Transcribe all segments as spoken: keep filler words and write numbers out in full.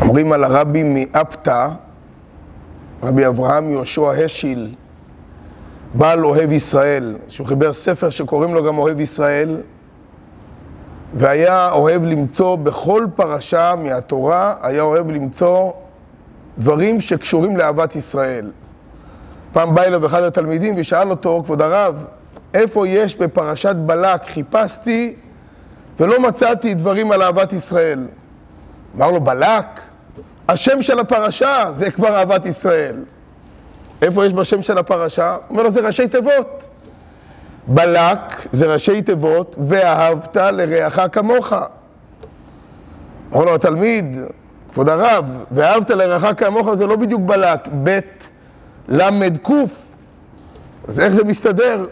אומרים על הרבי מאפתא, רבי אברהם יהושע השיל, בעל אוהב ישראל, שהוא חיבר ספר שקוראים לו גם אוהב ישראל, והיה אוהב למצוא בכל פרשה מהתורה, היה אוהב למצוא דברים שקשורים לאהבת ישראל. פעם בא אליו אחד התלמידים ושאל אותו, כבוד הרב, איפה יש בפרשת בלק? חיפשתי ולא מצאתי דברים על אהבת ישראל. אמר לו, בלק? השם של הפרשה זה כבר אהבת ישראל. איפה יש בשם של הפרשה? אומר לו, זה ראשי תיבות. בלק זה ראשי תיבות, ואהבת לרעך כמוך. אמר לו התלמיד, כבוד הרב, ואהבת לרעך כמוך זה לא בדיוק בלק, בית למד קוף. אז איך זה מסתדר?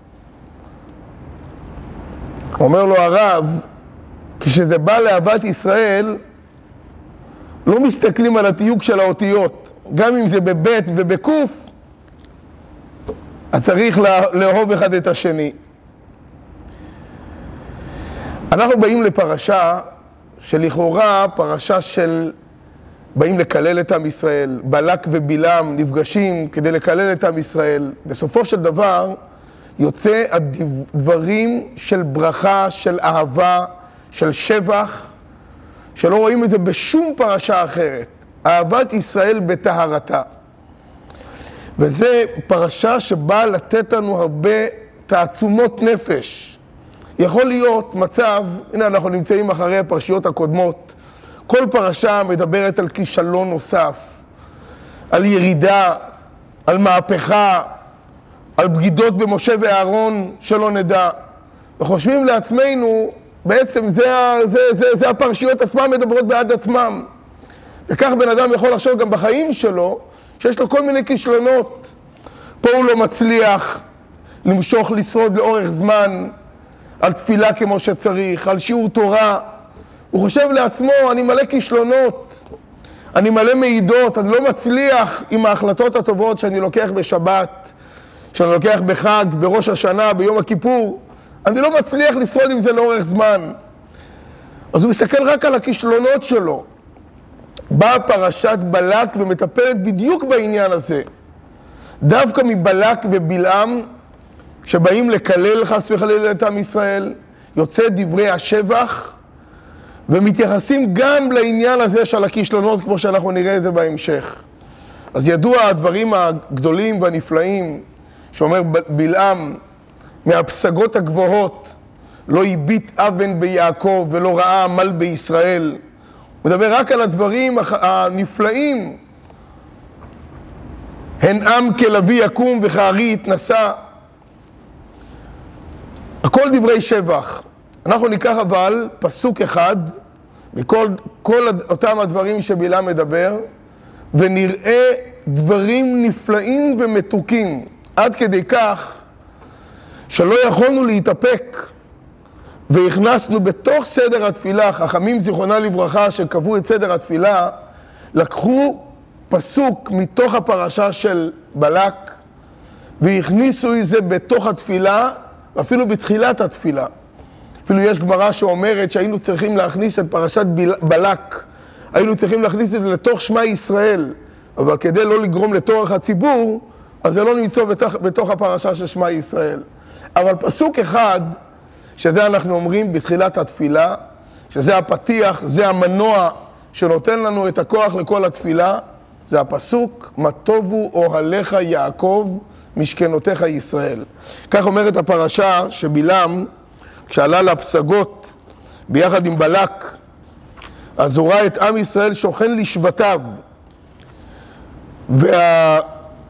אומר לו הרב, כשזה בא לאהבת ישראל, לא מסתכלים על התיוג של האותיות. גם אם זה בבית ובקוף, אז צריך לאהוב אחד את השני. אנחנו באים לפרשה שלכאורה פרשה של באים לקלל את עם ישראל. בלק ובלעם נפגשים כדי לקלל את עם ישראל. בסופו של דבר יוצא הדברים של ברכה, של אהבה, של שבח, שלא רואים את זה בשום פרשה אחרת. אהבת ישראל בטהרתה. וזה פרשה שבאה לתת לנו הרבה תעצומות נפש. יכול להיות מצב, הנה אנחנו נמצאים אחרי הפרשיות הקודמות, כל פרשה מדברת על כישלון נוסף, על ירידה, על מהפכה, על בגידות במשה ואהרון שלא נדע. וחושבים לעצמנו, בעצם זה, זה, זה, זה הפרשיות עצמם מדברות בעד עצמם. וכך בן אדם יכול לחשוב גם בחיים שלו, שיש לו כל מיני כישלונות. פה הוא לא מצליח למשוך, לשרוד לאורך זמן, על תפילה כמו שצריך, על שיעור תורה. הוא חושב לעצמו, אני מלא כישלונות, אני מלא מעידות, אני לא מצליח עם ההחלטות הטובות שאני לוקח בשבת, שאני לוקח בחג, בראש השנה, ביום הכיפור. אני לא מצליח לשרוד עם זה לאורך זמן. אז הוא מסתכל רק על הכישלונות שלו. באה פרשת בלק ומטפלת בדיוק בעניין הזה. דווקא מבלק ובלעם, שבאים לקלל חס וחלילה את עם ישראל, יוצא דברי השבח, ומתייחסים גם לעניין הזה של הכישלונות, כמו שאנחנו נראה את זה בהמשך. אז ידוע הדברים הגדולים והנפלאים, שאומר בלעם, מהפסגות הגבוהות, לא הביט אבן ביעקב ולא ראה עמל בישראל. הוא מדבר רק על הדברים הנפלאים. הן עם כלביא יקום וכארי יתנשא. הכל דברי שבח. אנחנו ניקח אבל פסוק אחד מכל כל אותם הדברים שבלעם מדבר, ונראה דברים נפלאים ומתוקים, עד כדי כך שלא יכולנו להתאפק, והכנסנו בתוך סדר התפילה, חכמים זיכרונה לברכה שקבעו את סדר התפילה, לקחו פסוק מתוך הפרשה של בלק, והכניסו את זה בתוך התפילה, אפילו בתחילת התפילה. אפילו יש גמרא שאומרת שהיינו צריכים להכניס את פרשת בלק, היינו צריכים להכניס את זה לתוך שמע ישראל, אבל כדי לא לגרום לטורח הציבור, אז זה לא נמצא בתוך, בתוך הפרשה של שמע ישראל. אבל פסוק אחד, שזה אנחנו אומרים בתחילת התפילה, שזה הפתיח, זה המנוע שנותן לנו את הכוח לכל התפילה, זה הפסוק, מה טובו אוהליך יעקב משכנותיך ישראל. כך אומרת הפרשה שבלעם, כשעלה לפסגות ביחד עם בלק, אז הוא ראה את עם ישראל שוכן לשבטיו. והעניין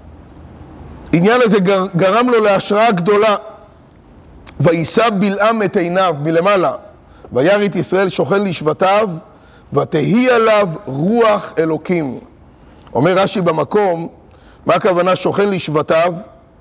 הזה גרם לו להשראה גדולה. וישא בלעם את עיניו מלמעלה, וירא את ישראל שוכן לשבטיו, ותהי עליו רוח אלוקים. אומר רש"י במקום, מה הכוונה שוכן לשבטיו?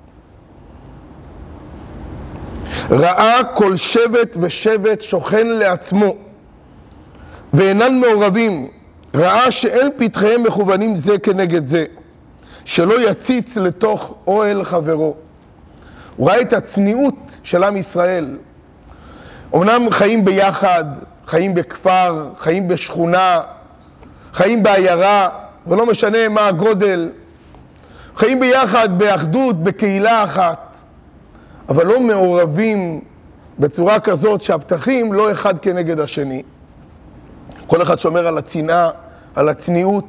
ראה כל שבט ושבט שוכן לעצמו, ואינן מעורבים. ראה שאין פתחיהם מכוונים זה כנגד זה, שלא יציץ לתוך אוהל חברו. הוא ראה את הצניעות של עם ישראל. אומנם חיים ביחד, חיים בכפר, חיים בשכונה, חיים בעיירה, ולא משנה מה הגודל, חיים ביחד, באחדות, בקהילה אחת, אבל לא מעורבים בצורה כזאת שהפתחים לא אחד כנגד השני. כל אחד שומר על הצנעה, על הצניעות,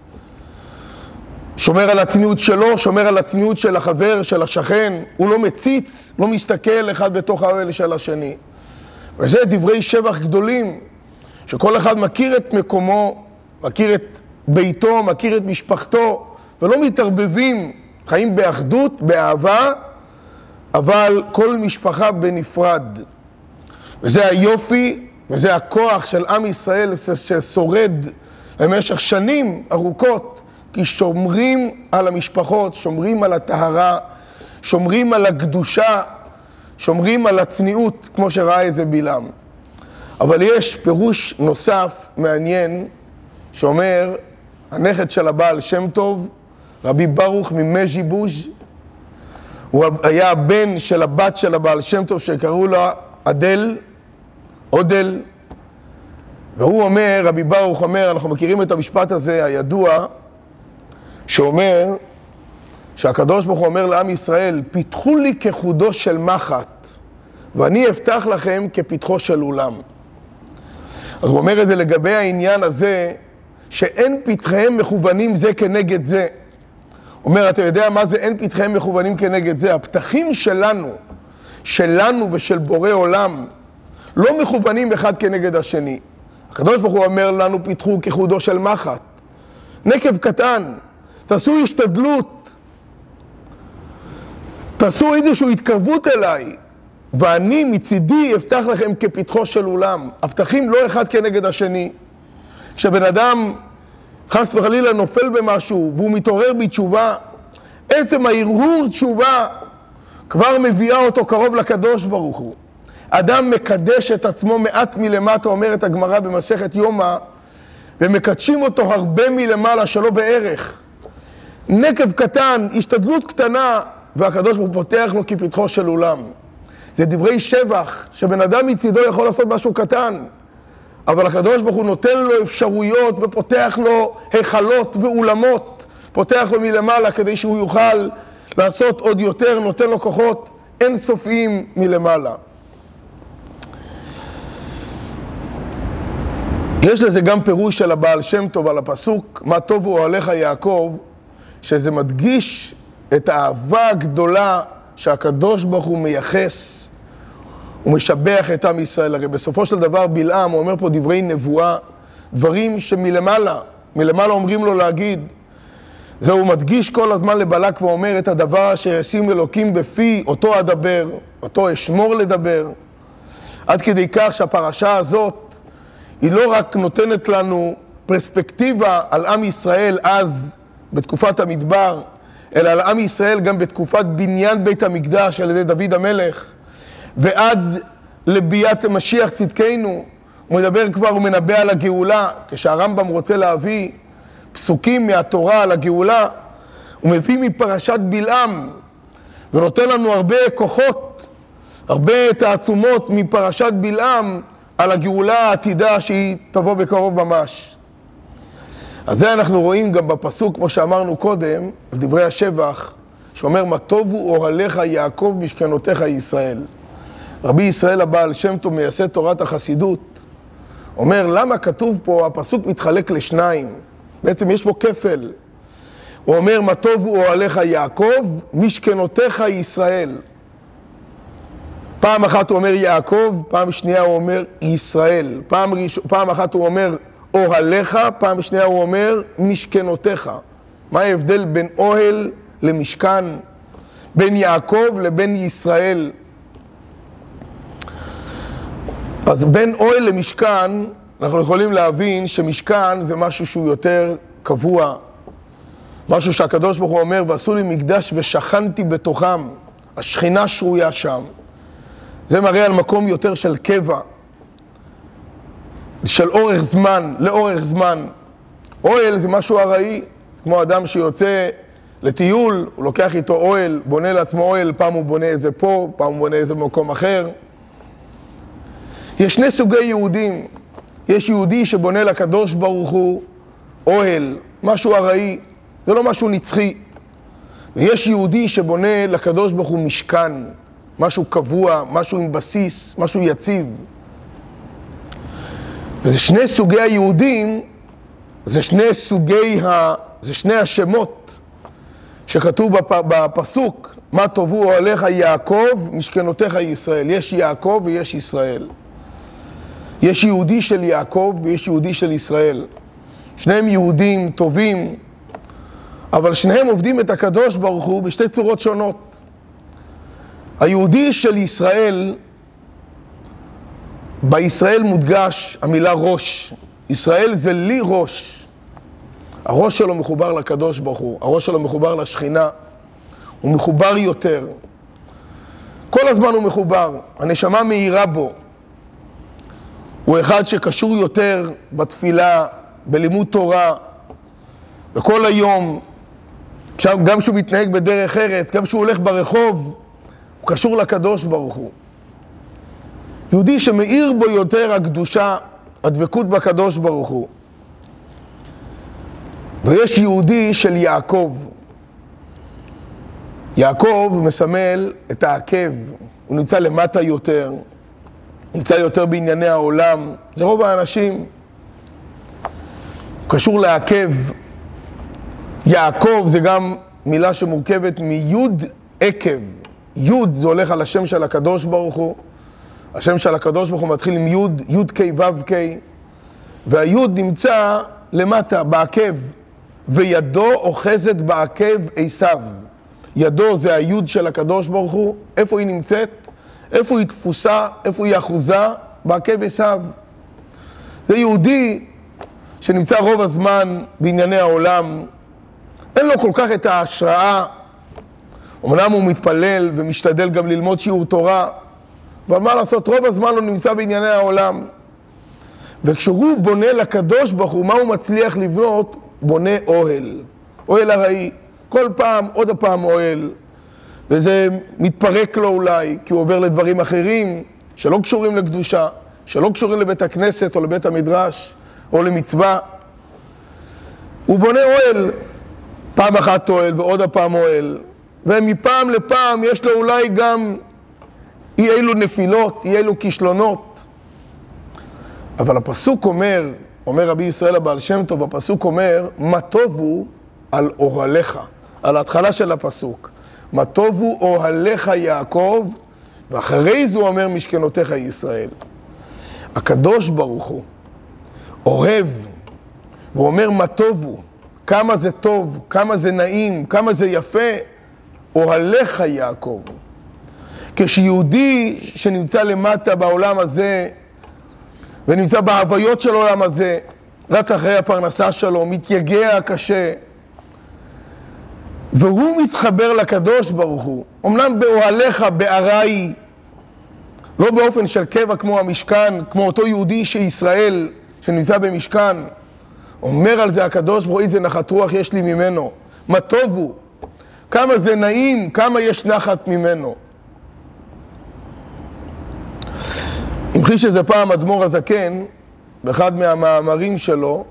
שומר על הצניעות שלו, שומר על הצניעות של החבר, של השכן, הוא לא מציץ, לא מסתכל אחד בתוך האוהל של השני. וזה דברי שבח גדולים, שכל אחד מכיר את מקומו, מכיר את ביתו, מכיר את משפחתו, ולא מתערבבים, חיים באחדות, באהבה, אבל כל משפחה בנפרד. וזה היופי, וזה הכוח של עם ישראל ששורד למשך שנים ארוכות, כי שומרים על המשפחות, שומרים על הטהרה, שומרים על הקדושה, שומרים על הצניעות, כמו שראה איזה בלעם. אבל יש פירוש נוסף מעניין, שאומר, הנכד של הבעל שם טוב, רבי ברוך ממז'יבוז', הוא היה הבן של הבת של הבעל שם טוב שקראו לה אדל, אודל, והוא אומר, רבי ברוך אומר, אנחנו מכירים את המשפט הזה הידוע, שאומר, שהקדוש ברוך הוא אומר לעם ישראל, פיתחו לי כחודו של מחט, ואני אפתח לכם כפתחו של אולם. אז הוא אומר את זה לגבי העניין הזה, שאין פתחיהם מכוונים זה כנגד זה. הוא אומר, אתה יודע מה זה אין פתחיהם מכוונים כנגד זה? הפתחים שלנו, שלנו ושל בורא עולם, לא מכוונים אחד כנגד השני. הקדוש ברוך הוא אומר לנו, פיתחו כחודו של מחט. נקב קטן, תעשו השתדלות, תעשו איזושהי התקרבות אליי, ואני מצידי אפתח לכם כפתחו של אולם. הפתחים לא אחד כנגד השני. כשבן אדם חס וחלילה נופל במשהו והוא מתעורר בתשובה, עצם ההרהור תשובה כבר מביאה אותו קרוב לקדוש ברוך הוא. אדם מקדש את עצמו מעט מלמטה, אומרת הגמרא במסכת יומא, ומקדשים אותו הרבה מלמעלה שלא בערך. נקב קטן, השתדלות קטנה, והקדוש ברוך הוא פותח לו כפתחו של אולם. זה דברי שבח, שבן אדם מצידו יכול לעשות משהו קטן, אבל הקדוש ברוך הוא נותן לו אפשרויות ופותח לו היכלות ואולמות, פותח לו מלמעלה כדי שהוא יוכל לעשות עוד יותר, נותן לו כוחות אינסופיים מלמעלה. יש לזה גם פירוש של הבעל שם טוב על הפסוק, מה טוב הוא אוהליך יעקב, שזה מדגיש את האהבה הגדולה שהקדוש ברוך הוא מייחס, הוא משבח את עם ישראל. הרי בסופו של דבר בלעם, הוא אומר פה דברי נבואה, דברים שמלמעלה, מלמעלה אומרים לו להגיד. זה הוא מדגיש כל הזמן לבלק ואומר את הדבר אשר ישים אלוקים בפי, אותו אדבר, אותו אשמור לדבר. עד כדי כך שהפרשה הזאת, היא לא רק נותנת לנו פרספקטיבה על עם ישראל אז, בתקופת המדבר, אלא על עם ישראל גם בתקופת בניין בית המקדש על ידי דוד המלך, ועד לביאת משיח צדקנו. הוא מדבר כבר, הוא מנבא על הגאולה. כשהרמב"ם רוצה להביא פסוקים מהתורה על הגאולה, הוא מביא מפרשת בלעם, ונותן לנו הרבה כוחות, הרבה תעצומות מפרשת בלעם על הגאולה העתידה שהיא תבוא בקרוב ממש. אז זה אנחנו רואים גם בפסוק, כמו שאמרנו קודם, על דברי השבח, שאומר, מה טובו אוהליך יעקב משכנותיך ישראל. רבי ישראל הבעל שם טוב, מייסד תורת החסידות, אומר, למה כתוב פה, הפסוק מתחלק לשניים, בעצם יש פה כפל. הוא אומר, מה טובו אוהליך יעקב משכנותיך ישראל. פעם אחת הוא אומר יעקב, פעם שנייה הוא אומר ישראל. פעם, ראש... פעם אחת הוא אומר אוהליך, פעם שנייה הוא אומר משכנותיך. מה ההבדל בין אוהל למשכן? בין יעקב לבין ישראל? אז בין אוהל למשכן, אנחנו יכולים להבין שמשכן זה משהו שהוא יותר קבוע. משהו שהקדוש ברוך הוא אומר, ועשו לי מקדש ושכנתי בתוכם. השכינה שרויה שם. זה מראה על מקום יותר של קבע, של אורך זמן, לאורך זמן. אוהל זה משהו הראי, זה כמו אדם שיוצא לטיול, הוא לוקח איתו אוהל, בונה לעצמו אוהל, פעם הוא בונה איזה פה, פעם הוא בונה איזה מקום אחר. יש שני סוגי יהודים. יש יהודי שבונה לקדוש ברוך הוא אוהל, משהו ארעי, זה לא משהו נצחי. ויש יהודי שבונה לקדוש ברוך הוא משכן, משהו קבוע, משהו עם בסיס, משהו יציב. וזה שני סוגי היהודים, זה שני סוגי, ה... זה שני השמות שכתוב בפ... בפסוק, מה טובו אוהליך יעקב, משכנותיך ישראל. יש יעקב ויש ישראל. יש יהודי של יעקב ויש יהודי של ישראל. שניהם יהודים טובים, אבל שניהם עובדים את הקדוש ברוך הוא בשתי צורות שונות. היהודי של ישראל, בישראל מודגש המילה ראש. ישראל זה לי ראש. הראש שלו מחובר לקדוש ברוך הוא, הראש שלו מחובר לשכינה, הוא מחובר יותר. כל הזמן הוא מחובר, הנשמה מאירה בו. הוא אחד שקשור יותר בתפילה, בלימוד תורה, וכל היום, גם כשהוא מתנהג בדרך ארץ, גם כשהוא הולך ברחוב, הוא קשור לקדוש ברוך הוא. יהודי שמאיר בו יותר הקדושה, הדבקות בקדוש ברוך הוא. ויש יהודי של יעקב. יעקב מסמל את העקב, הוא נמצא למטה יותר, נמצא יותר בענייני העולם, זה רוב האנשים. הוא קשור לעקב. יעקב זה גם מילה שמורכבת מיוד עקב. יוד זה הולך על השם של הקדוש ברוך הוא. השם של הקדוש ברוך הוא מתחיל עם יוד, יוד קי וו קי, והיוד נמצא למטה, בעקב, וידו אוחזת בעקב עשיו. ידו זה היוד של הקדוש ברוך הוא. איפה היא נמצאת? איפה היא תפוסה? איפה היא אחוזה? בעקב עשיו. זה יהודי שנמצא רוב הזמן בענייני העולם, אין לו כל כך את ההשראה. אמנם הוא מתפלל ומשתדל גם ללמוד שיעור תורה, אבל מה לעשות, רוב הזמן הוא נמצא בענייני העולם. וכשהוא בונה לקדוש ברוך הוא, מה הוא מצליח לבנות? בונה אוהל, אוהל הראי. כל פעם, עוד הפעם אוהל, וזה מתפרק לו אולי, כי הוא עובר לדברים אחרים שלא קשורים לקדושה, שלא קשורים לבית הכנסת או לבית המדרש או למצווה. הוא בונה אוהל, פעם אחת אוהל ועוד הפעם אוהל, ומפעם לפעם יש לו אולי גם אי אילו נפילות, אי אילו כישלונות. אבל הפסוק אומר, אומר רבי ישראל הבעל שם טוב, הפסוק אומר, מה טובו על אוהליך, על ההתחלה של הפסוק. מה טובו אוהליך יעקב, ואחרי זה הוא אומר משכנותיך ישראל. הקדוש ברוך הוא אוהב, והוא אומר מה טובו, כמה זה טוב, כמה זה נעים, כמה זה יפה, אוהליך יעקב. כשיהודי שנמצא למטה בעולם הזה, ונמצא בהוויות של העולם הזה, רץ אחרי הפרנסה שלו, מתייגע קשה, והוא מתחבר לקדוש ברוך הוא. אמנם באוהליך, בארעי, לא באופן של קבע כמו המשכן, כמו אותו יהודי שישראל שנמצא במשכן, אומר על זה הקדוש ברוך הוא, איזה נחת רוח יש לי ממנו. מה טוב הוא, כמה זה נעים, כמה יש נחת ממנו. המחיש איזה פעם אדמו"ר הזקן, באחד מהמאמרים שלו,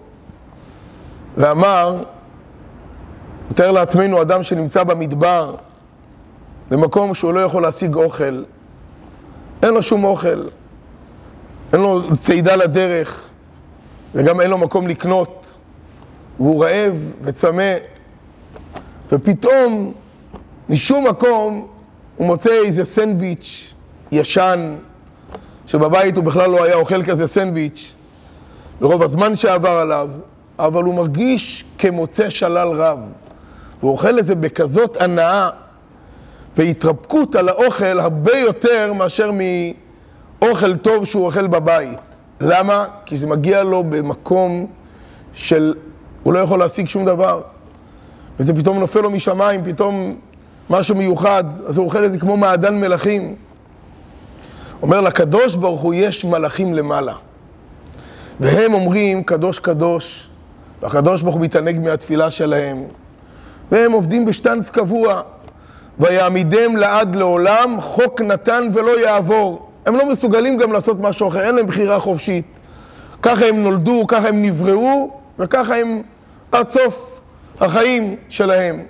ואמר, תאר לעצמנו אדם שנמצא במדבר, במקום שהוא לא יכול להשיג אוכל, אין לו שום אוכל, אין לו צעידה לדרך, וגם אין לו מקום לקנות, והוא רעב וצמא, ופתאום, משום מקום, הוא מוצא איזה סנדוויץ' ישן, שבבית הוא בכלל לא היה אוכל כזה סנדוויץ', לרוב הזמן שעבר עליו, אבל הוא מרגיש כמוצא שלל רב. והוא אוכל את זה בכזאת הנאה והתרפקות על האוכל הרבה יותר מאשר מאוכל טוב שהוא אוכל בבית. למה? כי זה מגיע לו במקום של הוא לא יכול להשיג שום דבר. וזה פתאום נופל לו משמיים, פתאום משהו מיוחד, אז הוא אוכל את זה כמו מעדן מלכים. אומר לקדוש ברוך הוא יש מלאכים למעלה. והם אומרים קדוש קדוש, והקדוש ברוך הוא מתענג מהתפילה שלהם. והם עובדים בשטנץ קבוע, ויעמידם לעד לעולם, חוק נתן ולא יעבור. הם לא מסוגלים גם לעשות משהו אחר, אין להם בחירה חופשית. ככה הם נולדו, ככה הם נבראו, וככה הם עד סוף החיים שלהם.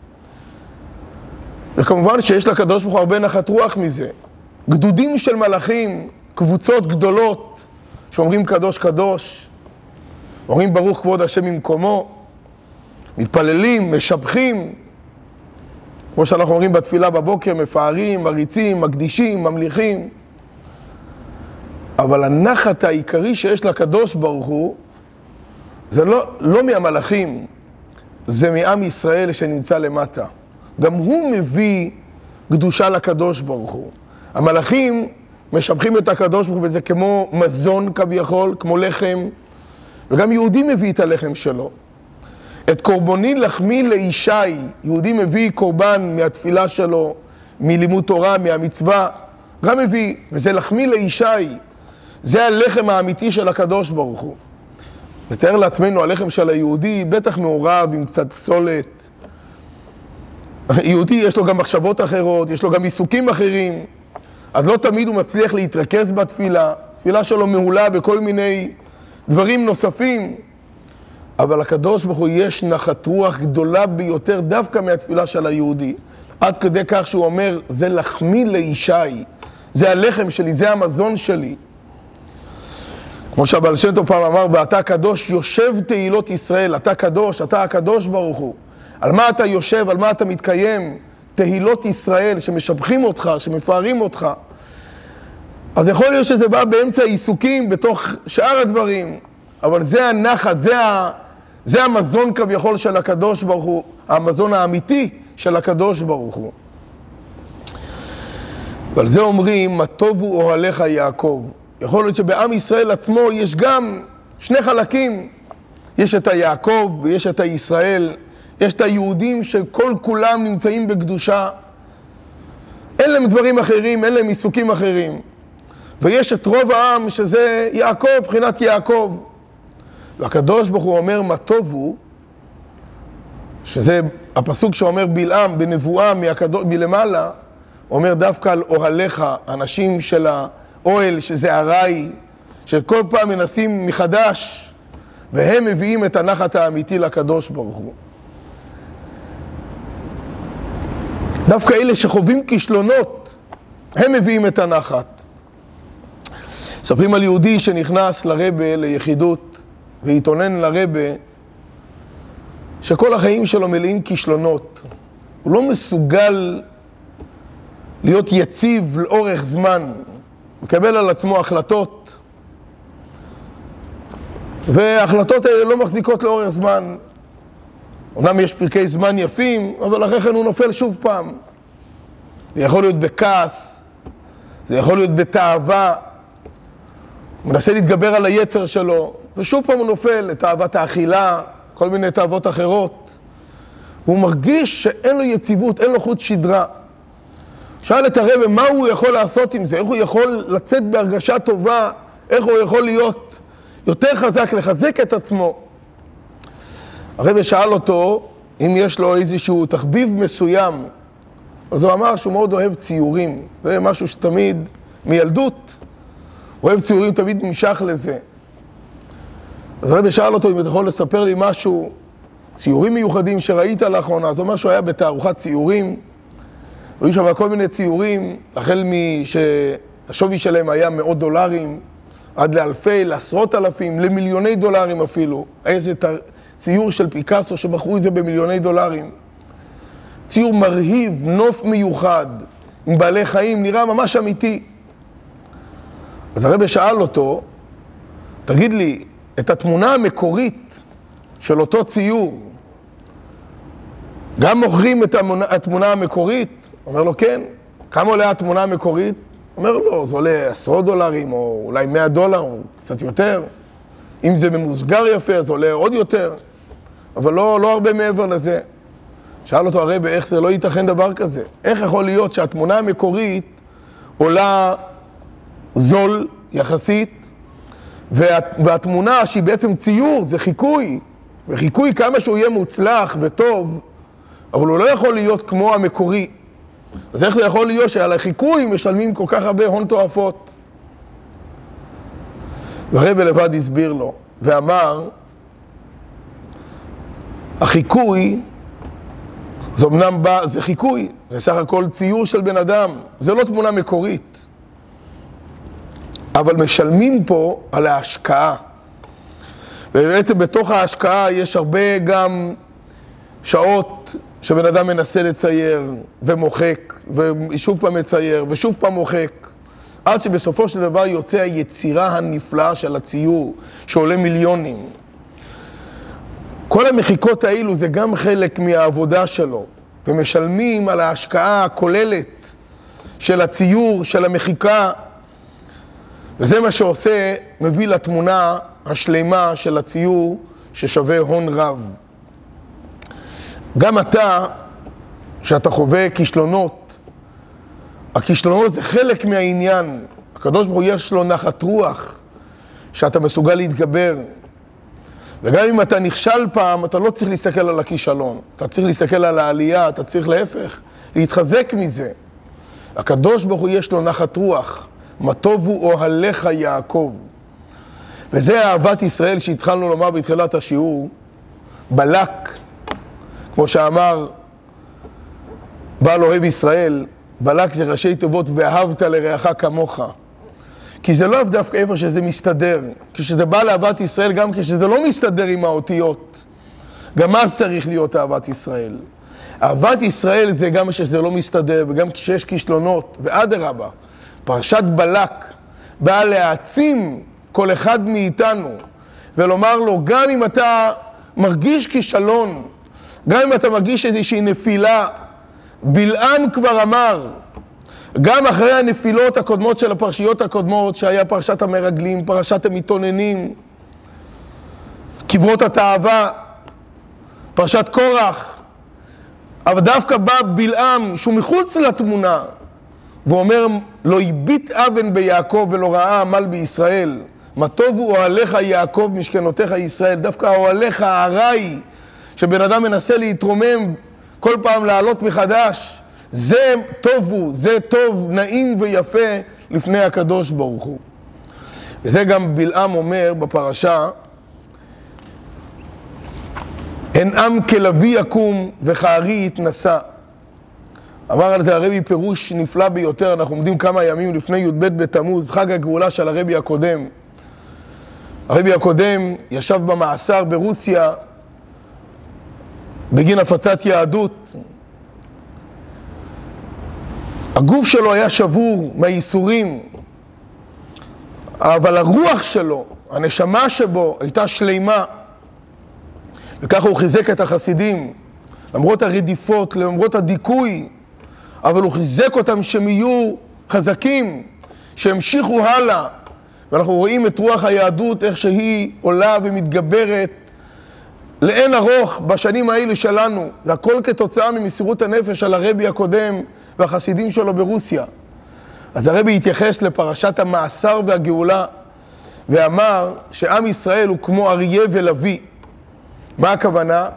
וכמובן שיש לקדוש ברוך הוא הרבה נחת רוח מזה. גדודים של מלאכים, קבוצות גדולות, שאומרים קדוש קדוש, אומרים ברוך כבוד השם ממקומו, מתפללים, משבחים, כמו שאנחנו אומרים בתפילה בבוקר, מפארים, מריצים, מקדישים, ממליכים. אבל הנחת העיקרי שיש לקדוש ברוך הוא, זה לא, לא מהמלאכים, זה מעם ישראל שנמצא למטה. גם הוא מביא קדושה לקדוש ברוך הוא. המלאכים משבחים את הקדוש ברוך הוא, וזה כמו מזון כביכול, כמו לחם, וגם יהודי מביא את הלחם שלו. את קורבני לחמי לישי, יהודי מביא קורבן מהתפילה שלו, מלימוד תורה, מהמצווה, גם מביא, וזה לחמי לישי, זה הלחם האמיתי של הקדוש ברוך הוא. נתאר לעצמנו, הלחם של היהודי בטח מעורב עם קצת פסולת. יהודי יש לו גם מחשבות אחרות, יש לו גם עיסוקים אחרים, אז לא תמיד הוא מצליח להתרכז בתפילה, התפילה שלו מהולה בכל מיני דברים נוספים, אבל הקדוש ברוך הוא יש נחת רוח גדולה ביותר דווקא מהתפילה של היהודי, עד כדי כך שהוא אומר, זה לחמי לישי, זה הלחם שלי, זה המזון שלי. כמו שהבעל שם טוב פעם אמר, ואתה קדוש יושב תהילות ישראל, אתה קדוש, אתה הקדוש ברוך הוא. על מה אתה יושב, על מה אתה מתקיים? תהילות ישראל שמשבחים אותך, שמפארים אותך. אז יכול להיות שזה בא באמצע העיסוקים, בתוך שאר הדברים, אבל זה הנחת, זה, ה, זה המזון כביכול של הקדוש ברוך הוא, המזון האמיתי של הקדוש ברוך הוא. ועל זה אומרים, מה טובו אוהליך יעקב. יכול להיות שבעם ישראל עצמו יש גם שני חלקים. יש את היעקב ויש את הישראל. יש את היהודים שכל כולם נמצאים בקדושה. אין להם דברים אחרים, אין להם עיסוקים אחרים. ויש את רוב העם שזה יעקב, בחינת יעקב. והקדוש ברוך הוא אומר, מה טובו, שזה הפסוק שאומר בלעם בנבואה מהקדוש, מלמעלה, אומר דווקא על אוהליך, אנשים של האוהל, שזה הרי, שכל פעם מנסים מחדש, והם מביאים את הנחת האמיתי לקדוש ברוך הוא. דווקא אלה שחווים כישלונות, הם מביאים את הנחת. מספרים על יהודי שנכנס לרבה ליחידות, והתאונן לרבה, שכל החיים שלו מלאים כישלונות. הוא לא מסוגל להיות יציב לאורך זמן, מקבל על עצמו החלטות, וההחלטות האלה לא מחזיקות לאורך זמן. אומנם יש פרקי זמן יפים, אבל אחרי כן הוא נופל שוב פעם. זה יכול להיות בכעס, זה יכול להיות בתאווה, הוא מנסה להתגבר על היצר שלו, ושוב פעם הוא נופל לתאוות האכילה, כל מיני תאוות אחרות. הוא מרגיש שאין לו יציבות, אין לו חוט שדרה. שאל את הרב מה הוא יכול לעשות עם זה, איך הוא יכול לצאת בהרגשה טובה, איך הוא יכול להיות יותר חזק, לחזק את עצמו. הרב שאל אותו אם יש לו איזשהו תחביב מסוים, אז הוא אמר שהוא מאוד אוהב ציורים, זה משהו שתמיד מילדות, הוא אוהב ציורים, תמיד נמשך לזה. אז הרב שאל אותו אם אתה יכול לספר לי משהו, ציורים מיוחדים שראית לאחרונה, אז הוא אמר שהוא היה בתערוכת ציורים, והיו שם כל מיני ציורים, החל שהשווי שלהם היה מאות דולרים, עד לאלפי, לעשרות אלפים, למיליוני דולרים אפילו. איזה ציור של פיקאסו שבחרו את זה במיליוני דולרים. ציור מרהיב, נוף מיוחד, עם בעלי חיים, נראה ממש אמיתי. אז הרב שאל אותו, תגיד לי, את התמונה המקורית של אותו ציור, גם מוכרים את התמונה המקורית? אומר לו, כן. כמה עולה התמונה המקורית? אומר לו, זה עולה עשרות דולרים, או אולי מאה דולר, או קצת יותר. אם זה ממוסגר יפה, זה עולה עוד יותר. אבל לא, לא הרבה מעבר לזה. שאל אותו הרב, איך זה לא ייתכן דבר כזה? איך יכול להיות שהתמונה המקורית עולה זול יחסית, וה, והתמונה שהיא בעצם ציור, זה חיקוי, וחיקוי כמה שהוא יהיה מוצלח וטוב, אבל הוא לא יכול להיות כמו המקורי. אז איך זה יכול להיות שעל החיקוי משלמים כל כך הרבה הון תועפות? והרב לבד הסביר לו, ואמר, החיקוי, זה אמנם בא, זה חיקוי, זה סך הכל ציור של בן אדם, זה לא תמונה מקורית. אבל משלמים פה על ההשקעה. ובעצם בתוך ההשקעה יש הרבה גם שעות שבן אדם מנסה לצייר ומוחק, ושוב פעם מצייר ושוב פעם מוחק, עד שבסופו של דבר יוצא היצירה הנפלאה של הציור, שעולה מיליונים. כל המחיקות האלו זה גם חלק מהעבודה שלו, ומשלמים על ההשקעה הכוללת של הציור, של המחיקה, וזה מה שעושה, מביא לתמונה השלמה של הציור ששווה הון רב. גם אתה, שאתה חווה כישלונות, הכישלונות זה חלק מהעניין. הקדוש ברוך הוא יש לו נחת רוח שאתה מסוגל להתגבר. וגם אם אתה נכשל פעם, אתה לא צריך להסתכל על הכישלון. אתה צריך להסתכל על העלייה, אתה צריך להפך, להתחזק מזה. הקדוש ברוך הוא יש לו נחת רוח. מה טובו אוהליך יעקב. וזה אהבת ישראל שהתחלנו לומר בתחילת השיעור. בלק, כמו שאמר בעל אוהב ישראל, בלק זה ראשי תיבות ואהבת לרעך כמוך. כי זה לא דווקא איפה שזה מסתדר. כשזה בא לאהבת ישראל, גם כשזה לא מסתדר עם האותיות, גם אז צריך להיות אהבת ישראל. אהבת ישראל זה גם כשזה לא מסתדר, וגם כשיש כישלונות, ואדרבה. פרשת בלק באה להעצים כל אחד מאיתנו, ולומר לו, גם אם אתה מרגיש כישלון, גם אם אתה מרגיש איזושהי נפילה, בלעם כבר אמר, גם אחרי הנפילות הקודמות של הפרשיות הקודמות, שהיה פרשת המרגלים, פרשת המתאוננים, קברות התאווה, פרשת קורח, אבל דווקא בא בלעם שהוא מחוץ לתמונה, ואומר, לא הביט אבן ביעקב ולא ראה עמל בישראל. מה טובו אוהליך יעקב משכנותיך ישראל. דווקא אוהליך הארעי, שבן אדם מנסה להתרומם כל פעם לעלות מחדש, זה טובו, זה טוב, נעים ויפה לפני הקדוש ברוך הוא. וזה גם בלעם אומר בפרשה, הן עם כלביא יקום וכארי יתנשא. אמר על זה הרבי פירוש נפלא ביותר. אנחנו עומדים כמה ימים לפני י"ב בתמוז, חג הגאולה של הרבי הקודם. הרבי הקודם ישב במאסר ברוסיה בגין הפצת יהדות. הגוף שלו היה שבור מהייסורים, אבל הרוח שלו, הנשמה שבו, הייתה שלימה. וככה הוא חיזק את החסידים, למרות הרדיפות, למרות הדיכוי, אבל הוא חיזק אותם שהם יהיו חזקים, שהמשיכו הלאה. ואנחנו רואים את רוח היהדות, איך שהיא עולה ומתגברת לאין ארוך בשנים האלה שלנו. והכל כתוצאה ממסירות הנפש על הרבי הקודם והחסידים שלו ברוסיה. אז הרבי התייחס לפרשת המאסר והגאולה, ואמר שעם ישראל הוא כמו אריה ולוי. מה הכוונה?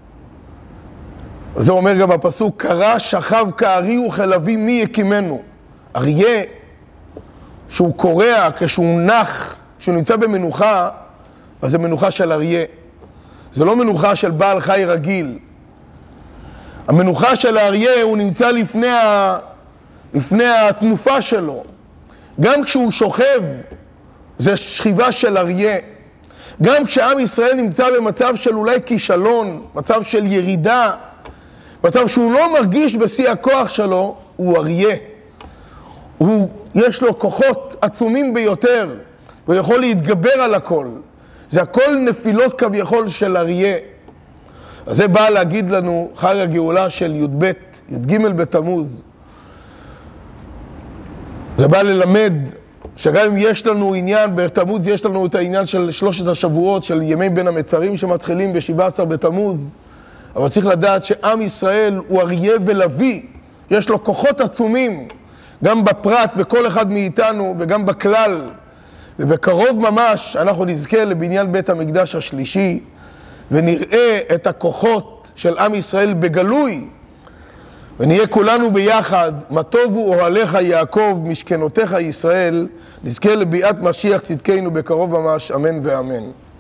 זה אומר גם בפסוק, קרא שכב כארי וכלוי מי יקימנו. אריה, שהוא קורע, כשהוא נח, כשהוא נמצא במנוחה, אז זה מנוחה של אריה. זה לא מנוחה של בעל חי רגיל. המנוחה של האריה, הוא נמצא לפני, ה... לפני התנופה שלו. גם כשהוא שוכב, זה שכיבה של אריה. גם כשעם ישראל נמצא במצב של אולי כישלון, מצב של ירידה, מצב שהוא לא מרגיש בשיא הכוח שלו, הוא אריה. הוא, יש לו כוחות עצומים ביותר, והוא יכול להתגבר על הכל. זה הכל נפילות כביכול של אריה. אז זה בא להגיד לנו חג הגאולה של י"ב, י"ג בתמוז. זה בא ללמד שגם אם יש לנו עניין, בתמוז יש לנו את העניין של שלושת השבועות, של ימי בין המצרים שמתחילים ב-שבעה עשר בתמוז, אבל צריך לדעת שעם ישראל הוא אריה ולוי, יש לו כוחות עצומים, גם בפרט, בכל אחד מאיתנו, וגם בכלל, ובקרוב ממש אנחנו נזכה לבניין בית המקדש השלישי, ונראה את הכוחות של עם ישראל בגלוי, ונהיה כולנו ביחד, מה טובו אוהליך יעקב משכנותיך ישראל, נזכה לביאת משיח צדקנו בקרוב ממש, אמן ואמן.